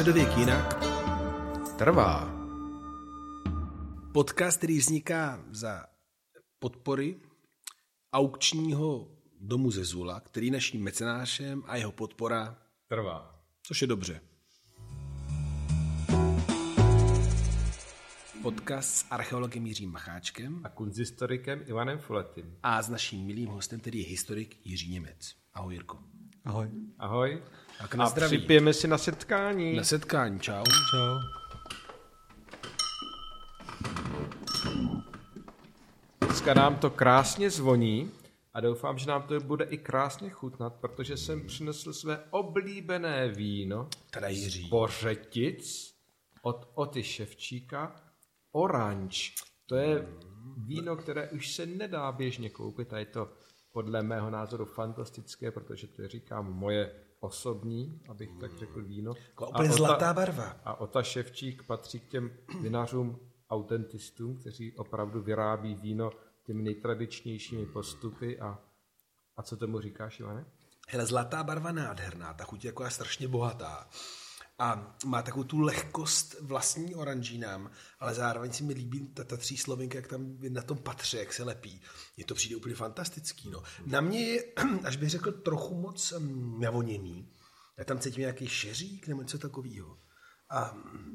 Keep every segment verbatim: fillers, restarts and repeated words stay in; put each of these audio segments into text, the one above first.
Středověk jinak trvá. Podcast, který vzniká za podpory aukčního domu ze Zula, který je naším mecenášem a jeho podpora trvá. Což je dobře. Podcast s archeologem Jiřím Macháčkem a kunsthistorikem Ivanem Fuletým. A s naším milým hostem, který je historik Jiří Němec. Ahoj, Jirko. Ahoj. Ahoj. Tak na a zdraví. připijeme si na setkání. Na setkání, čau. Čau. Dneska nám to krásně zvoní a doufám, že nám to bude i krásně chutnat, protože jsem přinesl své oblíbené víno Teda Jiří. z Bořetic od Oty Ševčíka Orange. To je víno, které už se nedá běžně koupit a je to podle mého názoru fantastické, protože to je, říkám, moje osobní, abych tak řekl, víno. Úplně zlatá barva. A Ota Ševčík patří k těm vinařům autentistům, kteří opravdu vyrábí víno těmi nejtradičnějšími postupy. A, a co tomu říkáš, Ivane? Hele, zlatá barva nádherná, ta chuť je jako strašně bohatá. A má takovou tu lehkost vlastní oranžínám, ale zároveň si mi líbí ta, ta tříslovinka, jak tam na tom patře, jak se lepí. Je to přijde úplně fantastický. No. Na mě je, až bych řekl, trochu moc um, navoněný. Já tam cítím nějaký šeřík nebo něco takového. A,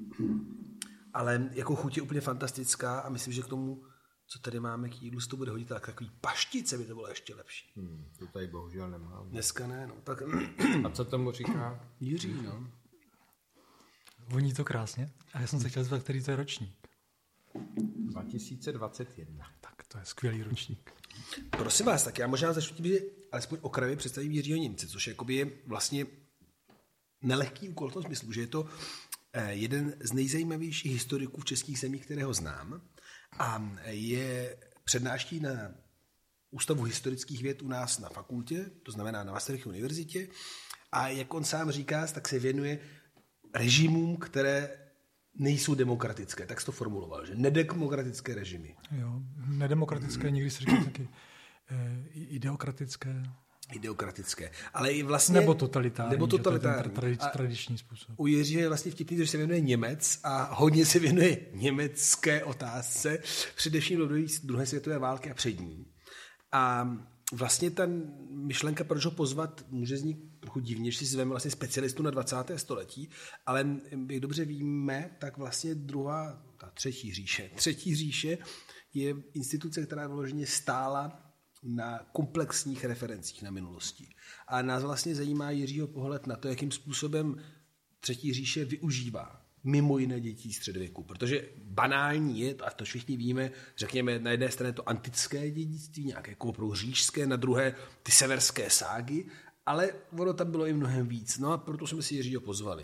ale jako chuť je úplně fantastická a myslím, že k tomu, co tady máme k jídlu, to bude hodit, tak takový paštice by to bylo ještě lepší. Hmm, to tady bohužel nemám. Dneska ne, no. Tak... A co tomu říká? Jiří, no. Voní to krásně. A já jsem se chtěl zeptat, který to je ročník. dva tisíce dvacet jedna. Tak to je skvělý ročník. Prosím vás, tak já možná začnu tím, že alespoň okrajově představím Jiřího Němce, což jakoby je vlastně nelehký úkol v tom smyslu, že je to jeden z nejzajímavějších historiků v českých zemích, kterého znám, a je přednáší na Ústavu historických věd u nás na fakultě, to znamená na Masarykově univerzitě, a jak on sám říká, tak se věnuje režimům, které nejsou demokratické. Tak jsi to formuloval, že nedemokratické režimy. Jo, nedemokratické, někdy se říká taky e, ideokratické. Ideokratické. Ale i vlastně... Nebo totalitární. Nebo totalitární. Tradič, tradiční způsob. U Jiřího je vlastně vtipný, že se věnuje Němec a hodně se věnuje německé otázce, především do druhé světové války a před ní. A vlastně ta myšlenka, proč ho pozvat, může znít trochu divně, že si zveme vlastně specialistu na dvacáté století, ale jak dobře víme, tak vlastně druhá, ta třetí říše, třetí říše je instituce, která vyloženě stála na komplexních referencích na minulosti. A nás vlastně zajímá Jiřího pohled na to, jakým způsobem třetí říše využívá mimo jiné dětí středověku. Protože banální je, a to všichni víme, řekněme, na jedné straně to antické dědictví, nějaké jako říšské, na druhé ty severské ságy, ale ono tam bylo i mnohem víc. No a proto jsme si Jiřího pozvali.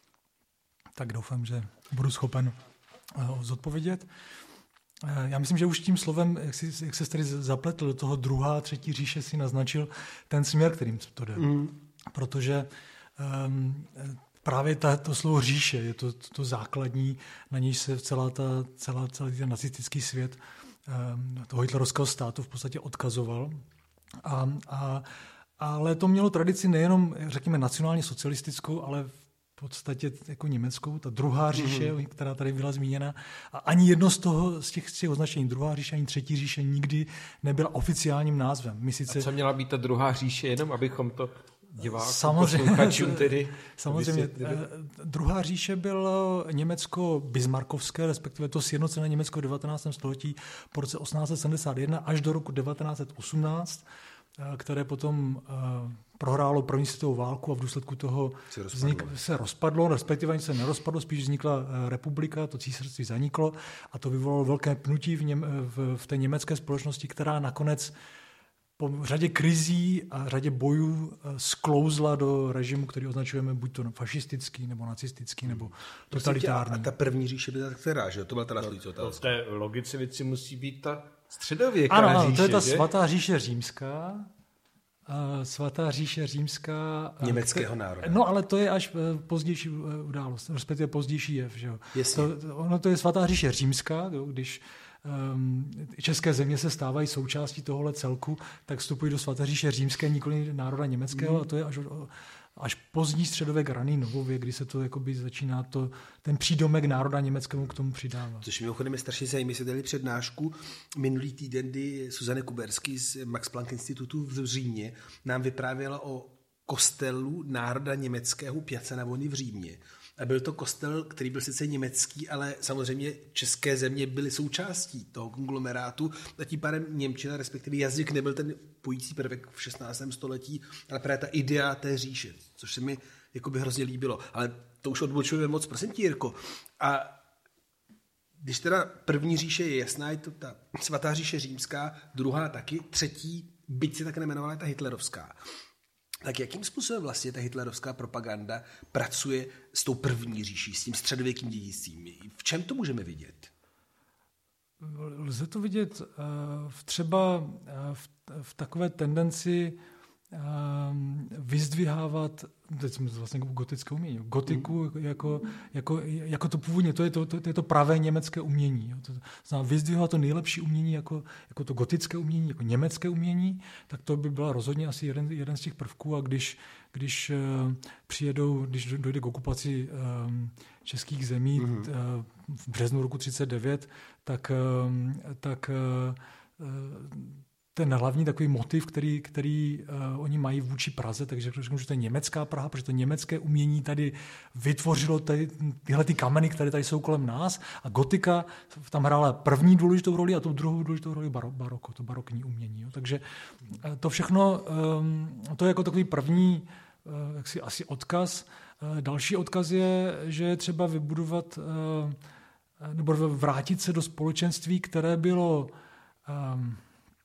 Tak doufám, že budu schopen uh, zodpovědět. Uh, já myslím, že už tím slovem, jak, jsi, jak se tady zapletl do toho druhá, třetí říše, si naznačil ten směr, kterým to jde. Mm. Protože um, právě ta, to slovo říše je to, to, to základní, na něj se celá ta, celá, celý ten nacistický svět um, toho hitlerovského státu v podstatě odkazoval. A, a, ale to mělo tradici nejenom, řekněme, nacionálně socialistickou, ale v podstatě jako německou, ta druhá říše, mm. která tady byla zmíněna. A ani jedno z toho, z těch, z těch označení, druhá říše, ani třetí říše nikdy nebyla oficiálním názvem. My sice... A co měla být ta druhá říše, jenom abychom to divákům, samozřejmě, posluchačům tedy samozřejmě. Druhá říše bylo Německo bismarckovské, respektive to sjednocené Německo v devatenáctém století po roce osmnáct set sedmdesát jedna až do roku devatenáct set osmnáct, které potom uh, prohrálo první světovou válku a v důsledku toho se rozpadlo, vznik, se rozpadlo respektive se nerozpadlo, spíš vznikla uh, republika, to císařství zaniklo a to vyvolalo velké pnutí v, něm, v, v té německé společnosti, která nakonec po řadě krizí a řadě bojů sklouzla do režimu, který označujeme buď to fašistický, nebo nacistický, nebo totalitární. A ta první říše byla ta která, že? To byla ta následující otázka. V té logice věci musí být ta středověká ano, ano, říše, to je ta že? svatá říše římská. Uh, svatá říše římská. Uh, Německého národa. No, ale to je až uh, pozdější uh, událost, respektive pozdější jev. Že jo? To, to, ono to je svatá říše římská, jo, když um, české země se stávají součástí tohohle celku, tak vstupují do svaté říše římské, nikoli národa německého, mm. a to je až od, až pozdní středověk, raný novověk, kdy se to jakoby začíná to, ten přídomek národa německému k tomu přidává. Což mimochodem je strašně zajímavé. My jsme dali přednášku minulý týden, kdy Suzanne Kubersky z Max Planck institutu v Římě nám vyprávěla o kostelu národa německého Piazza Navony v Římě. A byl to kostel, který byl sice německý, ale samozřejmě české země byly součástí toho konglomerátu a tím pádem němčina, respektive jazyk nebyl ten pojící prvek v šestnáctém století, ale právě ta idea té říše, což se mi jakoby hrozně líbilo. Ale to už odbočujeme moc, prosím ti, Jirko. A když teda první říše je jasná, je to ta svatá říše římská, druhá taky, třetí, byť se tak nejmenovala, je ta hitlerovská. Tak jakým způsobem vlastně ta hitlerovská propaganda pracuje s tou první říší, s tím středověkým dědictvím? V čem to můžeme vidět? Lze to vidět v třeba v, v takové tendenci vyzdvihávat, teď jsme vlastně gotické umění, gotiku hmm. jako, jako, jako to původně, to je to, to, to je to pravé německé umění. To znamená vyzdvihovat to nejlepší umění jako, jako to gotické umění, jako německé umění, tak to by byla rozhodně asi jeden, jeden z těch prvků a když, když uh, přijedou, když dojde k okupaci um, českých zemí hmm. uh, v březnu roku třicet devět, tak, um, tak uh, ten hlavní takový motiv, který, který uh, oni mají vůči Praze, takže řeknu, že to je německá Praha, protože to německé umění tady vytvořilo tady, tyhle ty kameny, které tady jsou kolem nás a gotika tam hrála první důležitou roli a tou druhou důležitou roli baro, baroko, to barokní umění. Jo. Takže uh, to všechno, um, to je jako takový první uh, jaksi asi odkaz. Uh, další odkaz je, že je třeba vybudovat uh, nebo vrátit se do společenství, které bylo um,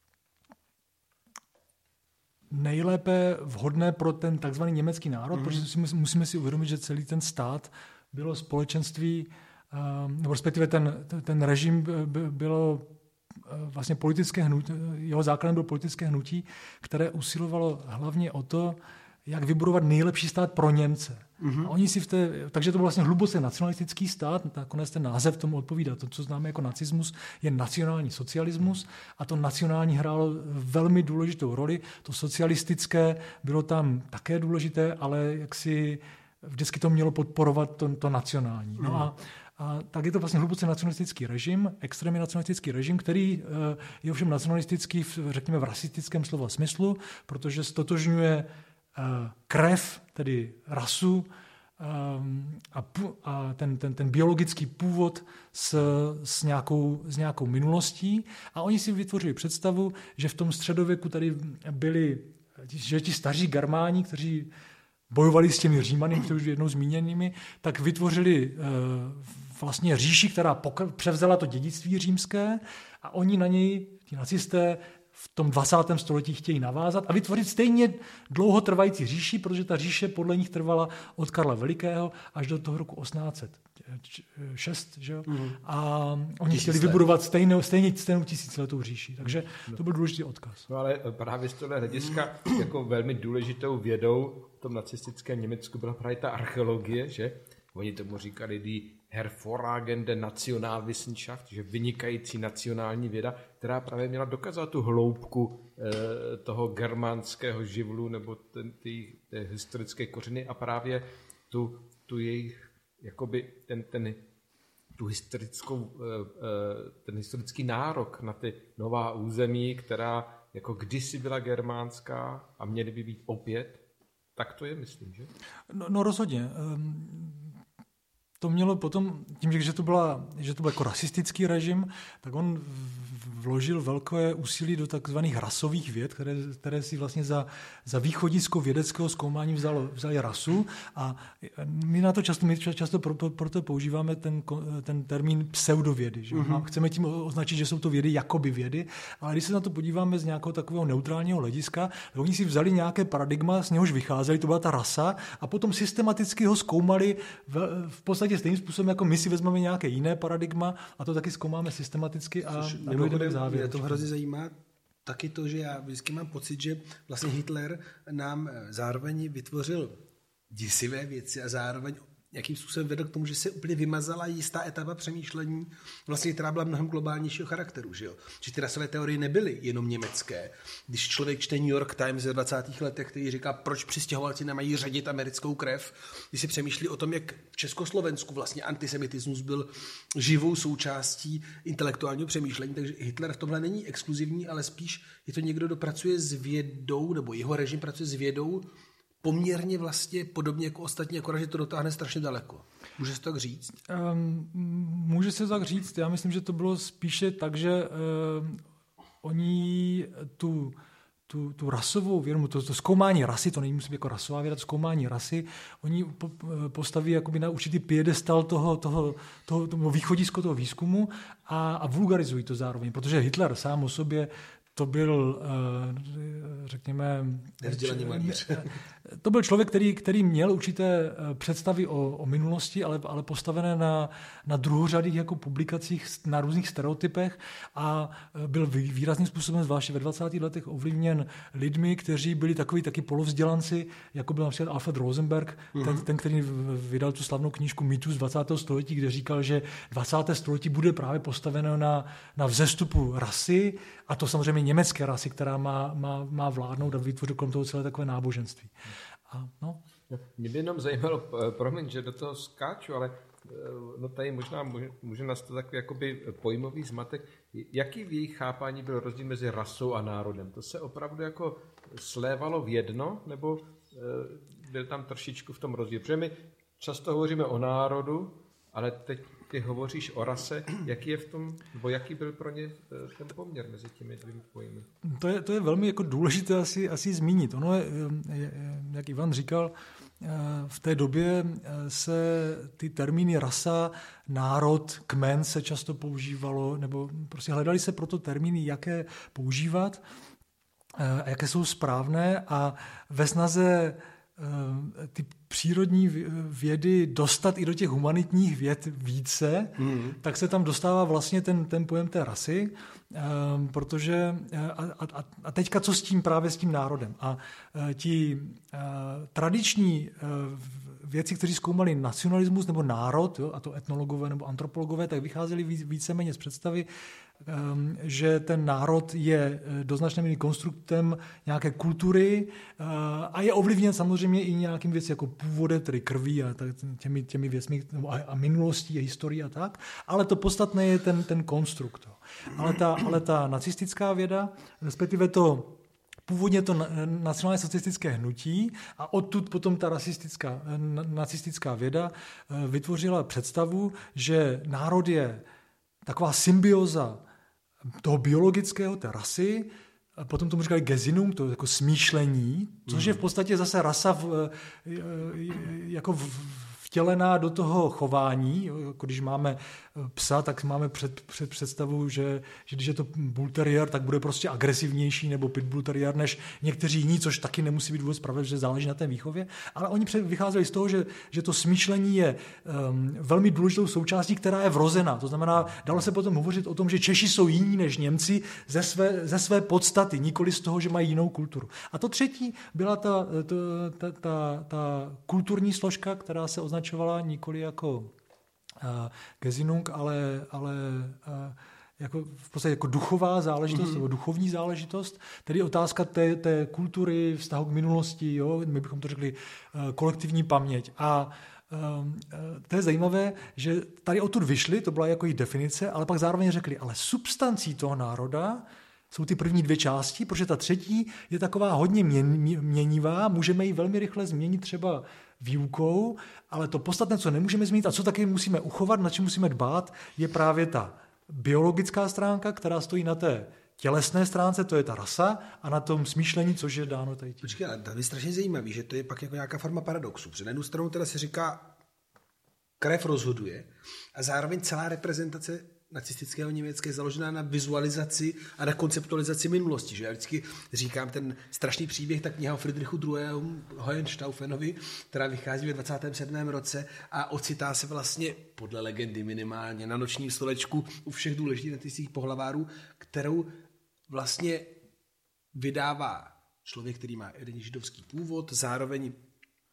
nejlépe vhodné pro ten takzvaný německý národ, mm. protože si, musíme si uvědomit, že celý ten stát bylo společenství, nebo respektive ten, ten režim bylo vlastně politické hnutí, jeho základem bylo politické hnutí, které usilovalo hlavně o to, jak vybudovat nejlepší stát pro Němce. Mm-hmm. A oni si v té, takže to byl vlastně hluboce nacionalistický stát, nakonec ten název tomu odpovídá. To, co známe jako nacismus, je nacionální socialismus a to nacionální hrálo velmi důležitou roli. To socialistické bylo tam také důležité, ale jaksi vždycky to mělo podporovat to, to nacionální. No mm. a A tak je to vlastně hluboce nacionalistický režim, extrémně nacionalistický režim, který je ovšem nacionalistický, v, řekněme, v rasistickém slova smyslu, protože stotožňuje krev, tedy rasu a, a ten, ten, ten biologický původ s, s, nějakou, s nějakou minulostí. A oni si vytvořili představu, že v tom středověku tady byli že ti staří Germáni, kteří bojovali s těmi Římany, kteří už jednou zmíněnými, tak vytvořili vlastně říši, která pokr- převzala to dědictví římské a oni na něj, ti nacisté, v tom dvacátém století chtějí navázat a vytvořit stejně dlouhotrvající říši, protože ta říše podle nich trvala od Karla Velikého až do toho roku osmnáct set šest, že jo? Mm. A oni chtěli vybudovat stejnou, stejně, stejnou tisíciletou říši. Takže to byl důležitý odkaz. No ale právě z tohle hlediska jako velmi důležitou vědou v tom nacistickém Německu byla právě ta archeologie, že? Oni tomu říkali die hervorragende Nationalwissenschaft, že vynikající nacionální věda, která právě měla dokázat tu hloubku e, toho germánského živlu nebo ten, ty, ty historické kořeny a právě tu, tu jejich, jakoby ten, ten, tu historickou, e, ten historický nárok na ty nová území, která jako kdysi byla germánská a měly by být opět, tak to je, myslím, že? No, no rozhodně. Um... To mělo potom, tím, že to, byla, že to byl jako rasistický režim, tak on vložil velké úsilí do takzvaných rasových věd, které, které si vlastně za, za východisko vědeckého zkoumání vzalo, vzali rasu a my na to často, my často proto, proto používáme ten, ten termín pseudovědy. Že? Mm-hmm. Chceme tím označit, že jsou to vědy jakoby vědy, ale když se na to podíváme z nějakého takového neutrálního hlediska, tak oni si vzali nějaké paradigma, z něhož vycházeli, to byla ta rasa a potom systematicky ho zkoumali v, v podstatě stejným způsobem, jako my si vezmeme nějaké jiné paradigma a to taky zkoumáme systematicky a, a dojdeme k závěru. Mě to hrozně zajímá taky to, že já vždycky mám pocit, že vlastně Hitler nám zároveň vytvořil děsivé věci a zároveň jakým způsobem vedl k tomu, že se úplně vymazala jistá etapa přemýšlení, vlastně, která byla mnohem globálnějšího charakteru. Že, jo? Že ty rasové teorie nebyly jenom německé. Když člověk čte New York Times ve dvacátých letech, který říká, proč přistěhovalci nemají řadit americkou krev, když si přemýšlí o tom, jak v Československu vlastně antisemitismus byl živou součástí intelektuálního přemýšlení, takže Hitler v tomhle není exkluzivní, ale spíš je to někdo, kdo pracuje s vědou, nebo jeho režim pracuje s vědou, poměrně vlastně podobně jako ostatní, akorát, že to dotáhne strašně daleko. Může se to tak říct? Um, může se tak říct. Já myslím, že to bylo spíše tak, že uh, oni tu, tu, tu rasovou vědu, to, to zkoumání rasy, to nemusí být jako rasová věda, to zkoumání rasy, oni po, postaví jakoby na určitý piedestal toho, toho, toho, toho východisko toho výzkumu a, a vulgarizují to zároveň, protože Hitler sám o sobě to byl, řekněme... Nevzdělaný malíř. To byl člověk, který, který měl určité představy o, o minulosti, ale, ale postavené na, na druhořadých jako publikacích na různých stereotypech a byl výrazným způsobem, zvláště ve dvacátých letech, ovlivněn lidmi, kteří byli takový taky polovzdělanci, jako byl například Alfred Rosenberg, mm-hmm. ten, ten, který vydal tu slavnou knížku Mýtus dvacátého století, kde říkal, že dvacáté století bude právě postaveno na, na vzestupu rasy, a to samozřejmě německé rasy, která má, má, má vládnout a vytvořit kolem toho celé takové náboženství. A, no. Mě by jenom zajímalo, promiň, že do toho skáču, ale no tady možná může, může nastat takový jakoby pojmový zmatek. Jaký v jejich chápání byl rozdíl mezi rasou a národem? To se opravdu jako slévalo v jedno, nebo byl tam trošičku v tom rozdíl? Protože my často hovoříme o národu, ale teď ty hovoříš o rase, jaký je v tom, nebo jaký byl pro ně ten poměr mezi těmi dvěmi pojmy? To je, to je velmi jako důležité asi, asi zmínit. Ono je, jak Ivan říkal, v té době se ty termíny rasa, národ, kmen se často používalo, nebo prostě hledali se proto termíny, jaké používat, a jaké jsou správné a ve snaze ty přírodní vědy dostat i do těch humanitních věd více, mm. tak se tam dostává vlastně ten, ten pojem té rasy, um, protože a, a, a teďka co s tím právě s tím národem. A uh, ti uh, tradiční uh, věci, kteří zkoumali nacionalismus nebo národ, jo, a to etnologové nebo antropologové, tak vycházeli víc, víceméně z představy, um, že ten národ je do značné míry konstruktem nějaké kultury uh, a je ovlivněn samozřejmě i nějakým věcí jako původem, tedy krví a těmi, těmi věcmi a, a minulostí a historií a tak, ale to podstatné je ten, ten konstrukt. Ale ta, ale ta nacistická věda, respektive to původně to nacionálně socialistické hnutí a odtud potom ta rasistická, nacistická věda vytvořila představu, že národ je taková symbioza toho biologického, té rasy, a potom tomu říkali Gesinnung, to je jako smýšlení, což je v podstatě zase rasa v, jako vtělená do toho chování. Jako když máme psa, tak máme před, před představu, že, že když je to bull terrier, tak bude prostě agresivnější nebo pitbull terrier než někteří jiní, což taky nemusí být vůbec pravda, že záleží na té výchově. Ale oni vycházeli z toho, že, že to smýšlení je um, velmi důležitou součástí, která je vrozená. To znamená, dalo se potom hovořit o tom, že Češi jsou jiní než Němci ze své, ze své podstaty, nikoli z toho, že mají jinou kulturu. A to třetí byla ta, ta, ta, ta, ta kulturní složka, která se označovala nikoli jako Uh, Gesinnung, ale, ale uh, jako v podstatě jako duchová záležitost, mm-hmm. nebo duchovní záležitost, tedy otázka té, té kultury, vztahu k minulosti, jo, my bychom to řekli uh, kolektivní paměť. A uh, to je zajímavé, že tady odtud vyšli, to byla jako jejich definice, ale pak zároveň řekli, ale substancí toho národa jsou ty první dvě části, protože ta třetí je taková hodně měnivá, můžeme ji velmi rychle změnit třeba výukou, ale to podstatné, co nemůžeme změnit a co taky musíme uchovat, na čem musíme dbát, je právě ta biologická stránka, která stojí na té tělesné stránce, to je ta rasa, a na tom smýšlení, což je dáno tady tím. Počkej, ale to je strašně zajímavý, že to je pak jako nějaká forma paradoxu. Protože na jednu stranu teda se říká, krev rozhoduje a zároveň celá reprezentace nacistického Německa je založená na vizualizaci a na konceptualizaci minulosti. Že? Já vždycky říkám ten strašný příběh, tak kniha o Friedrichu druhém. Hohenstaufenovi, která vychází ve dvacátém sedmém roce a ocitá se vlastně, podle legendy minimálně, na nočním stolečku u všech důležitých nacistických pohlavárů, kterou vlastně vydává člověk, který má jeden židovský původ, zároveň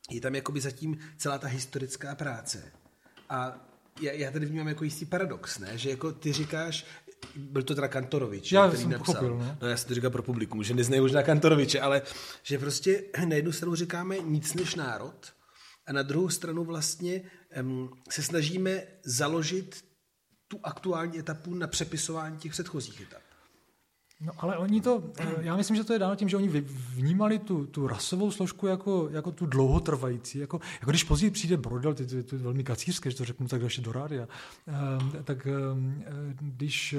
je tam jakoby zatím celá ta historická práce. A já, já tady vnímám jako jistý paradox, ne? Že jako ty říkáš, byl to teda Kantorovič, já který jsem napsal. Pochopil, ne? No já jsem to říkal pro publikum, že neznají možná Kantoroviče, ale že prostě na jednu stranu říkáme nic než národ a na druhou stranu vlastně um, se snažíme založit tu aktuální etapu na přepisování těch předchozích etap. No ale oni to, já myslím, že to je dáno tím, že oni vnímali tu, tu rasovou složku jako, jako tu dlouhotrvající. Jako, jako když později přijde Brodel, to je velmi kacířské, že to řeknu tak ještě do rádia, tak když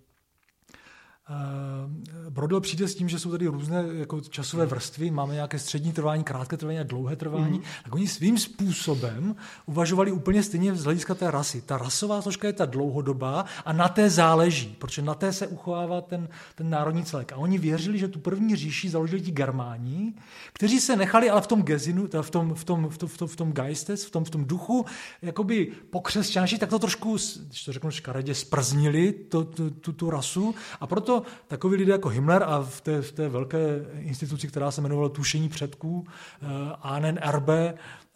Brodel přijde s tím, že jsou tady různé jako časové vrstvy, máme nějaké střední trvání, krátké trvání a dlouhé trvání, mm. tak oni svým způsobem uvažovali úplně stejně z hlediska té rasy. Ta rasová složka je ta dlouhodobá a na té záleží, protože na té se uchovává ten, ten národní celek. A oni věřili, že tu první říši založili ti Germáni, kteří se nechali ale v tom gezinu, v tom, v tom, v tom, v tom, v tom geistes, v tom, v tom duchu, jakoby pokřesťanští, tak to trošku, když to řeknu škaredě, sprznili to, tu, tu, tu rasu a proto takoví lidé jako Himmler a v té, v té velké instituci, která se jmenovala Tušení předků, A N N R B,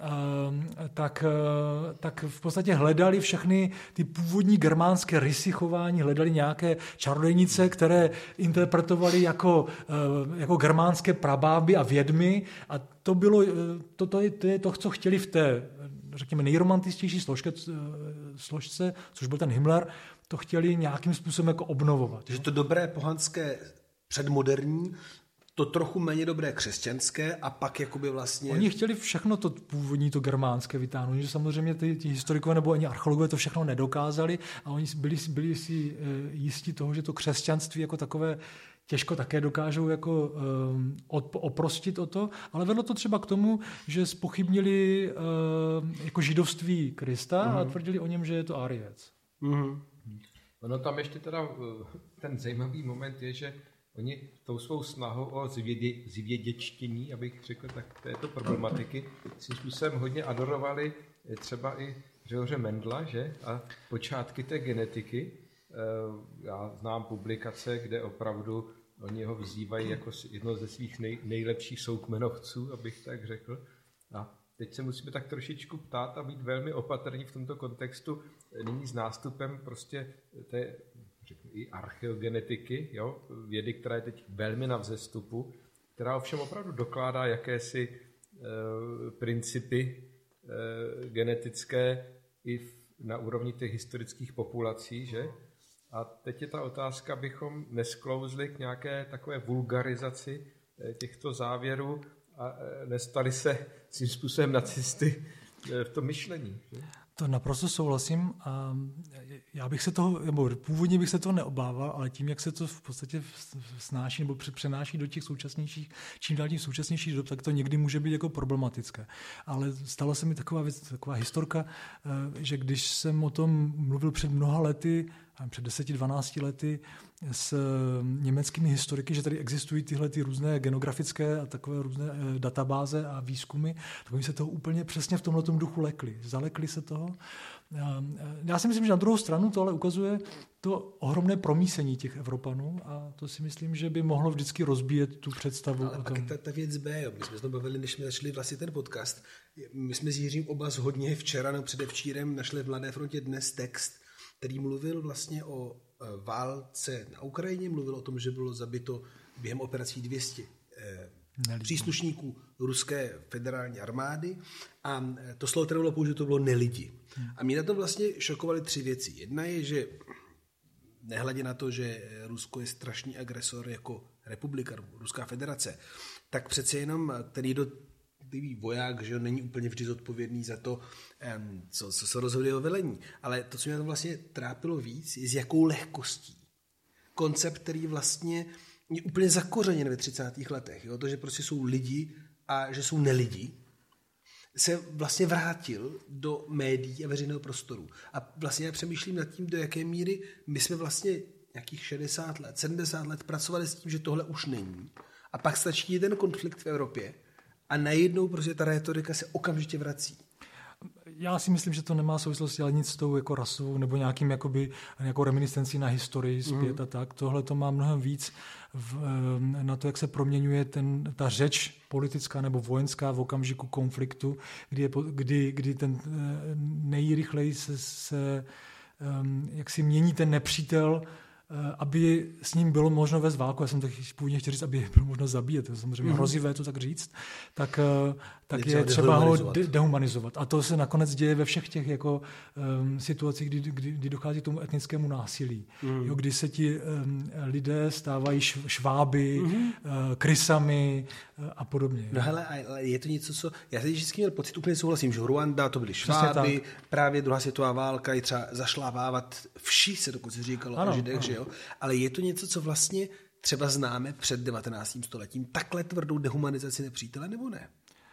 tak, tak v podstatě hledali všechny ty původní germánské rysy chování, hledali nějaké čarodejnice, které interpretovali jako, jako germánské prabáby a vědmy a to bylo, to, to, je, to je to, co chtěli v té, řekněme, nejromantičtější složce, složce, což byl ten Himmler, to chtěli nějakým způsobem jako obnovovat. Že to dobré pohanské předmoderní, to trochu méně dobré křesťanské a pak jakoby vlastně... Oni chtěli všechno to původní, to germánské vytáhnout, že samozřejmě ty, ty historikové nebo ani archeologové to všechno nedokázali a oni byli, byli si jistí toho, že to křesťanství jako takové těžko také dokážou jako um, oprostit o to, ale vedlo to třeba k tomu, že zpochybnili um, jako židovství Krista mm. a tvrdili o něm, že je to Ariec. Mm. Ono tam ještě teda ten zajímavý moment je, že oni tou svou snahou o zvědě, zvěděčtění, abych řekl, tak této problematiky, svým způsobem hodně adorovali třeba i Řehoře Mendla, že? A počátky té genetiky. Já znám publikace, kde opravdu oni ho vzývají jako jedno ze svých nej, nejlepších soukmenovců, abych tak řekl. A teď se musíme tak trošičku ptát a být velmi opatrní v tomto kontextu. Nyní s nástupem prostě té, řeknu, i archeogenetiky, jo, vědy, která je teď velmi na vzestupu, která ovšem opravdu dokládá jakési e, principy e, genetické i v, na úrovni těch historických populací, že? A teď je ta otázka, abychom nesklouzli k nějaké takové vulgarizaci těchto závěrů a nestali se svým způsobem nacisty v tom myšlení. Že? To naprosto souhlasím a já bych se toho, nebo původně bych se toho neobával, ale tím, jak se to v podstatě snáší nebo přenáší do těch současnějších, čím dál tím současnějších dob, tak to někdy může být jako problematické. Ale stala se mi taková věc, taková historka, že když jsem o tom mluvil před mnoha lety, před deseti dvanácti lety s německými historiky, že tady existují tyhle ty různé genografické a takové různé databáze a výzkumy, tak oni se toho úplně přesně v tomhletom duchu lekli. Zalekli se toho. Já si myslím, že na druhou stranu to ale ukazuje to ohromné promísení těch Evropanů a to si myslím, že by mohlo vždycky rozbíjet tu představu. Ale pak ta, ta věc B, jo. My jsme se bavili, než jsme začali vlastně ten podcast. My jsme s Jiřím oba hodně včera nebo předevčírem našli v Mladé frontě dnes text, který mluvil vlastně o válce na Ukrajině, mluvil o tom, že bylo zabito během operací dvě stě eh, příslušníků ruské federální armády a to slovo, které bylo použito, to bylo nelidi. Hmm. A mě na to vlastně šokovaly tři věci. Jedna je, že nehledě na to, že Rusko je strašný agresor jako republika, Ruská federace, tak přece jenom ten jednotlivý voják, že není úplně vždy zodpovědný za to, co, co se rozhoduje o velení. Ale to, co mě to vlastně trápilo víc, je s jakou lehkostí. Koncept, který vlastně je úplně zakořeněn ve třicátých letech. Jo? To, že prostě jsou lidi a že jsou nelidi, se vlastně vrátil do médií a veřejného prostoru. A vlastně já přemýšlím nad tím, do jaké míry my jsme vlastně nějakých šedesát let, sedmdesát let pracovali s tím, že tohle už není. A pak stačí ten konflikt v Evropě a najednou prostě ta rétorika se okamžitě vrací. Já si myslím, že to nemá souvislosti ale nic s tou jako rasovou nebo nějakým jakoby, nějakou reminiscencí na historii zpět mm. a tak. Tohle to má mnohem víc v, na, na to, jak se proměňuje ten, ta řeč politická nebo vojenská v okamžiku konfliktu, kdy, je, kdy, kdy ten nejrychleji se, se jak si mění ten nepřítel, aby s ním bylo možno vést válku. Já jsem tak původně chtěl říct, aby bylo možno zabíjet. To je samozřejmě mm. hrozivé to tak říct. Tak, tak je, je třeba ho de- dehumanizovat. A to se nakonec děje ve všech těch jako, um, situacích, kdy, kdy, kdy dochází k tomu etnickému násilí. Mm. Jo, kdy se ti um, lidé stávají šváby, mm. uh, krysami uh, a podobně. No hele, je to něco, co... Já teď vždycky měl pocit, úplně souhlasím, že Ruanda, to byly šváby, právě druhá světová válka, je třeba zašlávávat vši, se dokonce říkalo ano, o Židech, že jo? Ale je to něco, co vlastně třeba známe před devatenáctým stoletím, takhle tvrdou dehumanizaci nepřítele, nebo ne?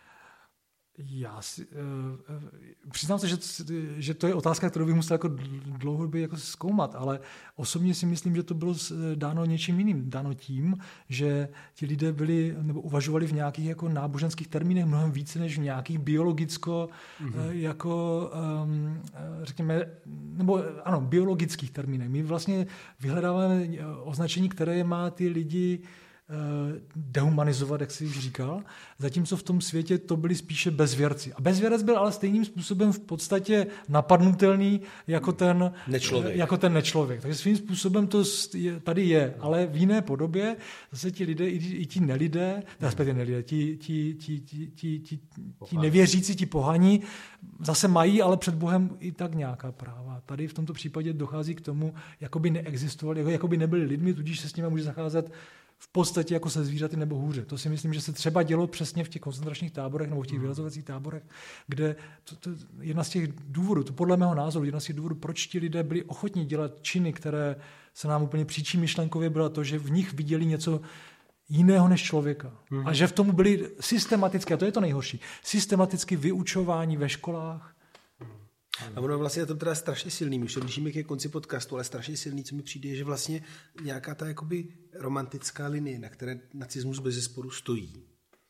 Já si, uh, přiznám se, že, že to je otázka, kterou bych musel jako dlouhodobě jako zkoumat, ale osobně si myslím, že to bylo dáno něčím jiným. Dáno tím, že ti lidé byli nebo uvažovali v nějakých jako náboženských termínech mnohem více než v nějakých biologicko mm-hmm. jako um, řekněme, nebo ano, biologických termínech. My vlastně vyhledáváme označení, které má ty lidi dehumanizovat, jak jsi už říkal, zatímco v tom světě to byli spíše bezvěrci. A bezvěrec byl ale stejným způsobem v podstatě napadnutelný jako ten nečlověk. Jako ten nečlověk. Takže svým způsobem to tady je, ale v jiné podobě zase ti lidé, i ti nelidé, respektive nelidé, ti, ti, ti, ti, ti, ti, ti nevěřící, ti pohaní, zase mají, ale před Bohem i tak nějaká práva. Tady v tomto případě dochází k tomu, jako by neexistovali, jako by nebyli lidmi, tudíž se s nimi může zacházet v podstatě jako se zvířaty nebo hůře. To si myslím, že se třeba dělo přesně v těch koncentračních táborech nebo v těch vyhlazovacích táborech, kde to, to jedna z těch důvodů, to podle mého názoru, jedna z těch důvodů, proč ti lidé byli ochotní dělat činy, které se nám úplně příčí myšlenkově, bylo to, že v nich viděli něco jiného než člověka. Hmm. A že v tom byli systematicky, a to je to nejhorší, systematicky vyučování ve školách. A ono vlastně je to teda strašně silný, my už to blížíme ke konci podcastu, ale strašně silný, co mi přijde, je, že vlastně nějaká ta jakoby romantická linie, na které nacismus bezesporu stojí,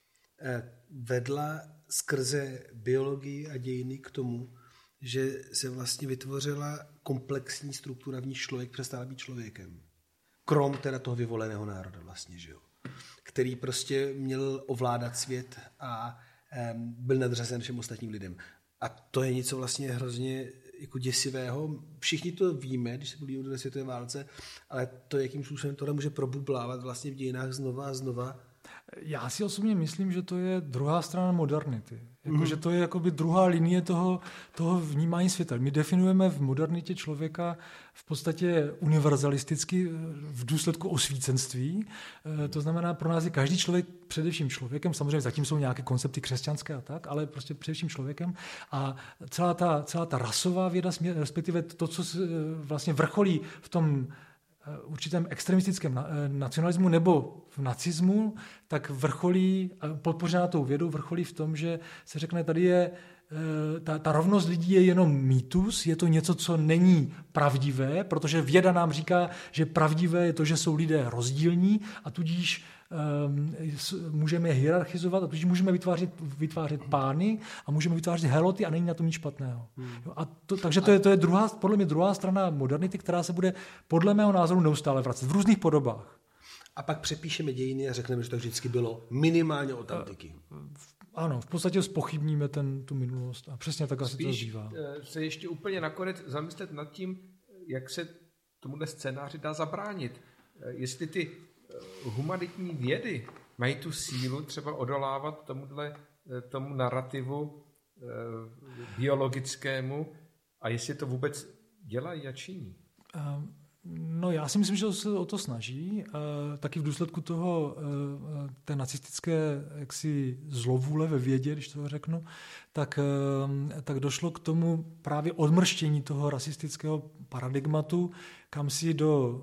vedla skrze biologii a dějiny k tomu, že se vlastně vytvořila komplexní struktura, v níž člověk přestal být člověkem. Krom teda toho vyvoleného národa vlastně, že jo? Který prostě měl ovládat svět a um, byl nadřazen všem ostatním lidem. A to je něco vlastně hrozně jako děsivého. Všichni to víme, když se mluví o druhé světové válce, ale to, jakým způsobem tohle může probublávat vlastně v dějinách znova a znova. Já si osobně myslím, že to je druhá strana modernity. Jako, mm. Že to je jakoby druhá linie toho, toho vnímání světa. My definujeme v modernitě člověka v podstatě univerzalisticky v důsledku osvícenství. To znamená, pro nás je každý člověk především člověkem. Samozřejmě zatím jsou nějaké koncepty křesťanské a tak, ale prostě především člověkem. A celá ta, celá ta rasová věda, respektive to, co vlastně vrcholí v tom určitém extremistickém nacionalismu nebo v nacismu, tak vrcholí, podpořená tou vědou, vrcholí v tom, že se řekne, tady je ta, ta rovnost lidí je jenom mýtus, je to něco, co není pravdivé, protože věda nám říká, že pravdivé je to, že jsou lidé rozdílní a tudíž um, můžeme je hierarchizovat a tudíž můžeme vytvářet, vytvářet pány a můžeme vytvářet heloty a není na tom nic špatného. Hmm. A to, takže to je, to je druhá, podle mě druhá strana modernity, která se bude podle mého názoru neustále vracet v různých podobách. A pak přepíšeme dějiny a řekneme, že to vždycky bylo minimálně od antiky. Ano, v podstatě zpochybníme ten, tu minulost a přesně tak asi to zbývá. Se ještě úplně nakonec zamyslet nad tím, jak se tomuhle scénáři dá zabránit. Jestli ty humanitní vědy mají tu sílu třeba odolávat tomuhle, tomu narrativu biologickému a jestli to vůbec dělají a činí. Um. No já si myslím, že se o to snaží. Taky v důsledku toho té nacistické jaksi zlovůle ve vědě, když to řeknu, tak, tak došlo k tomu právě odmrštění toho rasistického paradigmatu, kam si do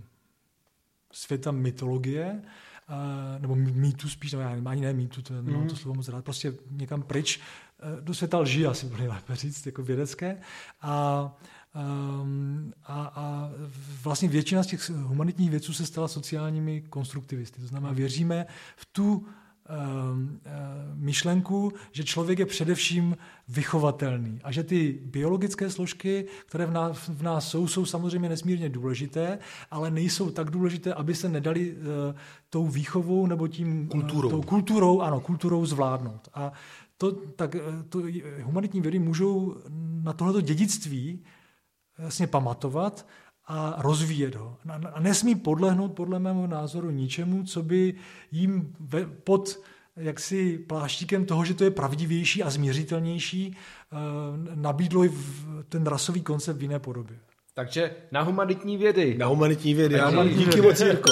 světa mytologie, nebo mýtu spíš, no já ani ne mýtu, to nemám mm. to slovo moc rád, prostě někam pryč, do světa lži asi bude lépe říct, jako vědecké. A Um, a, a vlastně většina z těch humanitních vědců se stala sociálními konstruktivisty. To znamená, věříme v tu myšlenku, že člověk je především vychovatelný a že ty biologické složky, které v nás, v nás jsou, jsou samozřejmě nesmírně důležité, ale nejsou tak důležité, aby se nedali uh, tou výchovou nebo tím kulturou. Uh, tou kulturou, ano, kulturou zvládnout. A to, tak, to humanitní vědy můžou na tohleto dědictví vlastně pamatovat a rozvíjet ho. A nesmí podlehnout, podle mého názoru, ničemu, co by jim pod jaksi pláštíkem toho, že to je pravdivější a změřitelnější, nabídlo ten rasový koncept v jiné podobě. Takže na humanitní vědy. Na humanitní vědy. Na humanitní Díky moc, Jirko.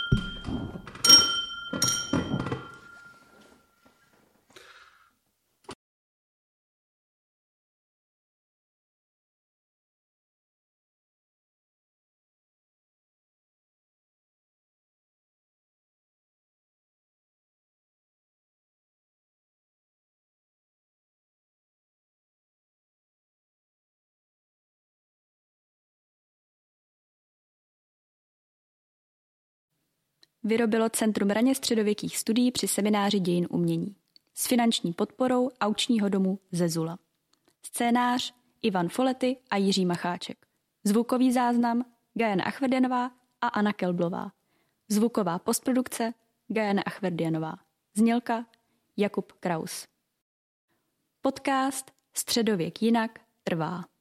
Vyrobilo Centrum raně středověkých studií při semináři dějin umění s finanční podporou Aukčního domu Zezula. Scénář Ivan Folety a Jiří Macháček. Zvukový záznam Gajana Achverdianová a Anna Kelblová. Zvuková postprodukce Gajana Achverdianová. Znělka Jakub Kraus. Podcast Středověk jinak trvá.